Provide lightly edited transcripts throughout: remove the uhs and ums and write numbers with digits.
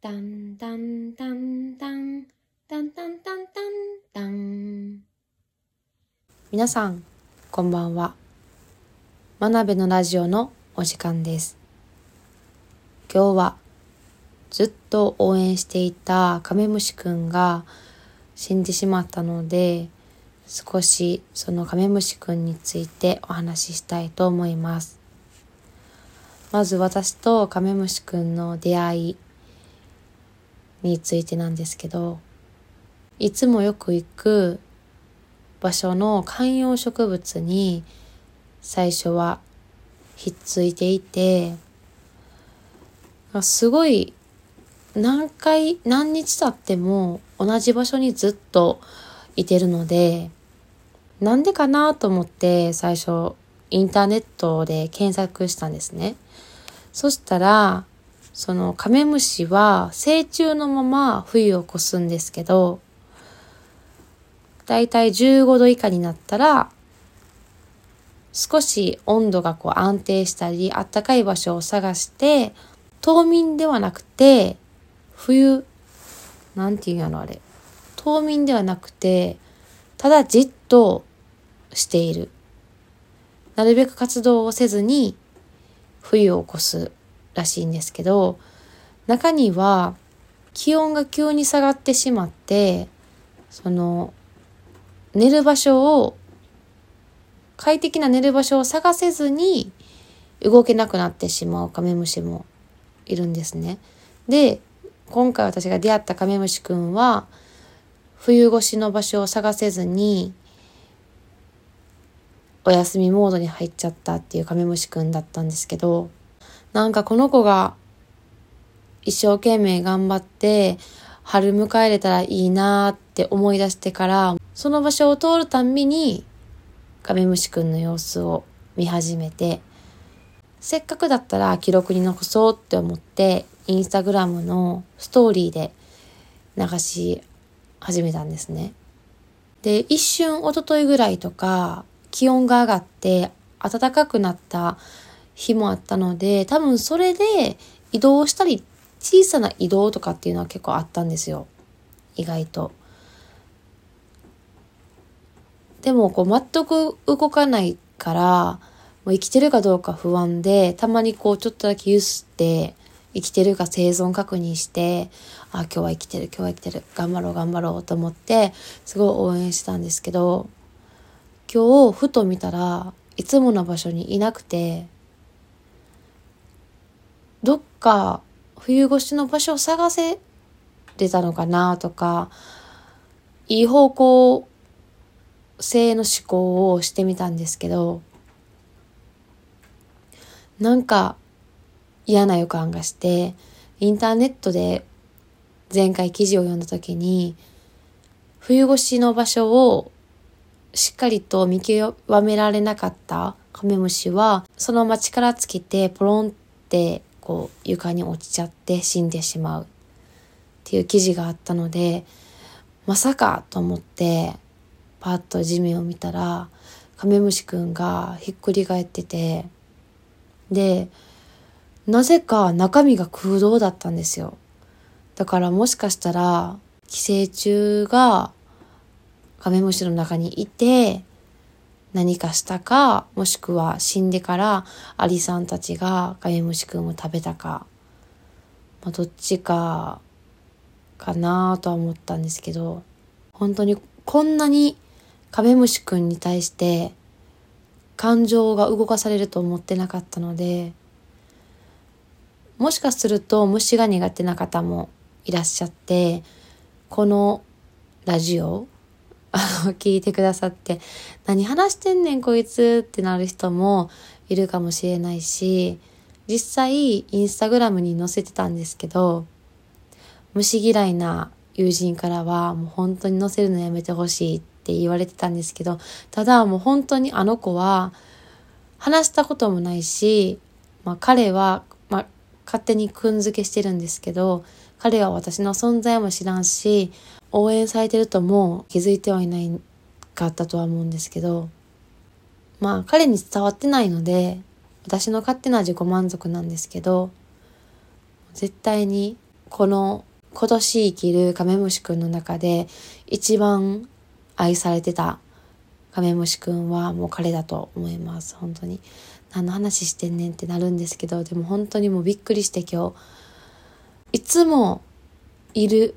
タンタンタンタンタンタンタンタンタン。皆さんこんばんは。真鍋のラジオのお時間です。今日はずっと応援していたカメムシくんが死んでしまったので、少しそのカメムシくんについてお話ししたいと思います。まず私とカメムシくんの出会いについてなんですけど、いつもよく行く場所の観葉植物に最初はひっついていて、すごい何日経っても同じ場所にずっといてるので、なんでかなと思って最初インターネットで検索したんですね。そしたらそのカメムシは成虫のまま冬を越すんですけど、だいたい15度以下になったら少し温度が安定したり暖かい場所を探して、冬眠ではなくて冬冬眠ではなくてただじっとしている、なるべく活動をせずに冬を越すらしいんですけど、中には気温が急に下がってしまって、その快適な寝る場所を探せずに動けなくなってしまうカメムシもいるんですね。で、今回私が出会ったカメムシくんは冬越しの場所を探せずにお休みモードに入っちゃったっていうカメムシくんだったんですけど、なんかこの子が一生懸命頑張って春迎えれたらいいなって思い出してから、その場所を通るたんびにカメムシくんの様子を見始めて、せっかくだったら記録に残そうって思ってインスタグラムのストーリーで流し始めたんですね。で、一瞬一昨日ぐらいとか気温が上がって暖かくなった日もあったので、多分それで移動したり小さな移動とかっていうのは結構あったんですよ、意外と。でも全く動かないから、もう生きてるかどうか不安で、たまにちょっとだけ揺すって生きてるか生存確認して、今日は生きてる頑張ろうと思ってすごい応援したんですけど、今日ふと見たらいつもの場所にいなくて、どっか冬越しの場所を探せれたのかなとか、いい方向性の思考をしてみたんですけど、なんか嫌な予感がして、インターネットで前回記事を読んだ時に、冬越しの場所をしっかりと見極められなかったカメムシはそのまま力尽きてポロンって床に落ちちゃって死んでしまうっていう記事があったので、まさかと思ってパッと地面を見たらカメムシくんがひっくり返ってて、でなぜか中身が空洞だったんですよ。だからもしかしたら寄生虫がカメムシの中にいて何かしたか、もしくは死んでからアリさんたちがカメムシくんを食べたか、どっちかかなとは思ったんですけど、本当にこんなにカメムシくんに対して感情が動かされると思ってなかったので、もしかすると虫が苦手な方もいらっしゃって、このラジオ聞いてくださって、何話してんねんこいつってなる人もいるかもしれないし、実際インスタグラムに載せてたんですけど、虫嫌いな友人からはもう本当に載せるのやめてほしいって言われてたんですけど、ただもう本当にあの子は話したこともないし、彼は勝手にくんづけしてるんですけど、彼は私の存在も知らんし、応援されてるとも気づいてはいないかったとは思うんですけど、彼に伝わってないので私の勝手な自己満足なんですけど、絶対に今年生きるカメムシくんの中で一番愛されてたカメムシくんはもう彼だと思います。本当に何の話してんねんってなるんですけど、でも本当にもうびっくりして今日いつもいる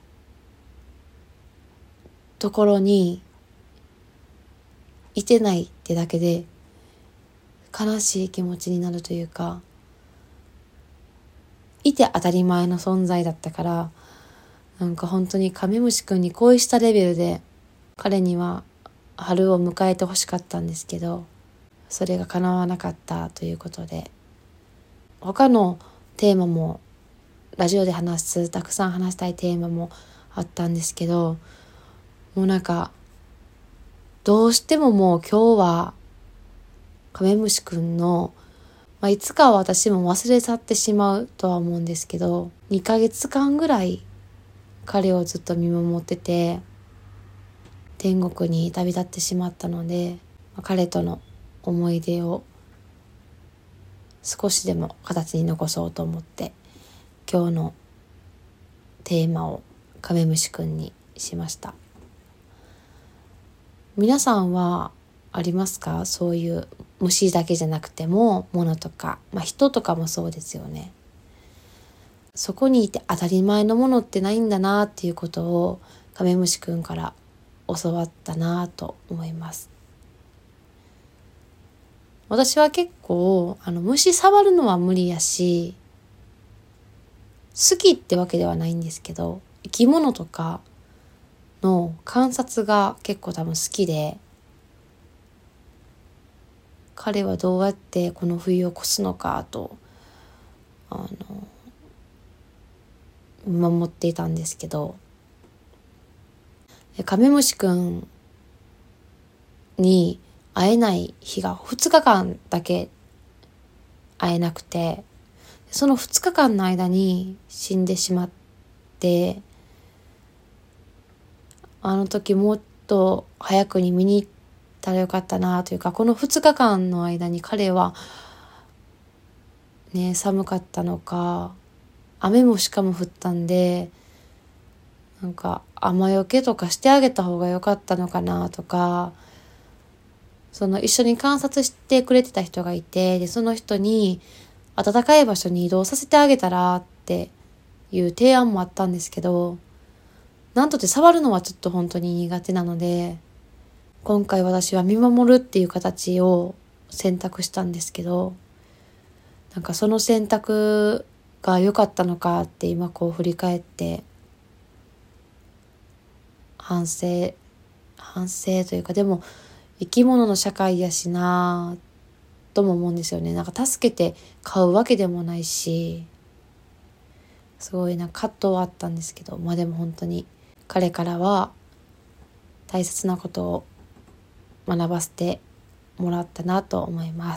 ところにいてないってだけで悲しい気持ちになるというか、いて当たり前の存在だったから、なんか本当にカメムシくんに恋したレベルで彼には春を迎えてほしかったんですけど、それが叶わなかったということで、他のテーマもラジオでたくさん話したいテーマもあったんですけど、もうなんかどうしてももう今日はカメムシくんの、いつかは私も忘れ去ってしまうとは思うんですけど、2ヶ月間ぐらい彼をずっと見守ってて、天国に旅立ってしまったので、彼との思い出を少しでも形に残そうと思って今日のテーマをカメムシくんにしました。皆さんはありますか？そういう虫だけじゃなくても物とか、人とかもそうですよね。そこにいて当たり前のものってないんだなっていうことをカメムシくんから教わったなと思います。私は結構虫触るのは無理やし、好きってわけではないんですけど、生き物とかの観察が結構多分好きで、彼はどうやってこの冬を越すのかと見守っていたんですけど、カメムシくんに会えない日が2日間だけ会えなくて、その2日間の間に死んでしまって、あの時もっと早くに見に行ったらよかったなというか、この2日間の間に彼はね、寒かったのか、雨もしかも降ったんで、なんか雨よけとかしてあげた方がよかったのかなとか、一緒に観察してくれてた人がいて、でその人に暖かい場所に移動させてあげたらっていう提案もあったんですけど、なんとって触るのはちょっと本当に苦手なので、今回私は見守るっていう形を選択したんですけど、なんかその選択が良かったのかって今振り返って反省というか、でも生き物の社会やしなとも思うんですよね。なんか助けて飼うわけでもないし、すごい葛藤はあったんですけど、でも本当に彼からは大切なことを学ばせてもらったなと思います。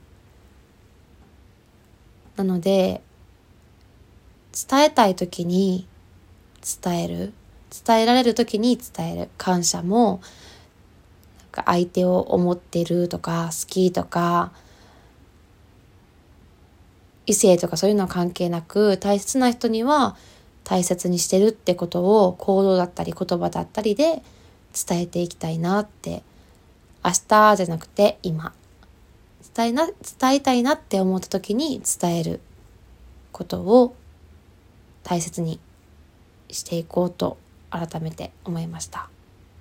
なので伝えたい時に伝える、伝えられる時に伝える、感謝も相手を思ってるとか好きとか異性とかそういうのは関係なく、大切な人には大切にしてるってことを行動だったり言葉だったりで伝えていきたいなって、明日じゃなくて今伝えたいなって思った時に伝えることを大切にしていこうと改めて思いました。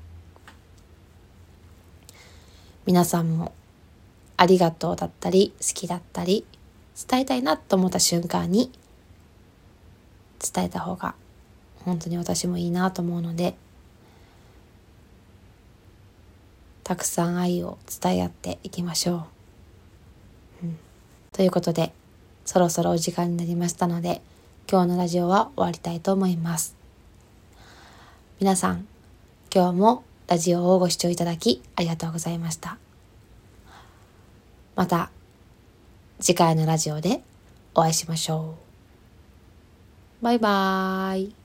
皆さんもありがとうだったり好きだったり伝えたいなと思った瞬間に伝えた方が本当に私もいいなと思うので、たくさん愛を伝え合っていきましょう。ということでそろそろお時間になりましたので、今日のラジオは終わりたいと思います。皆さん今日もラジオをご視聴いただきありがとうございました。また次回のラジオでお会いしましょう。バイバーイ。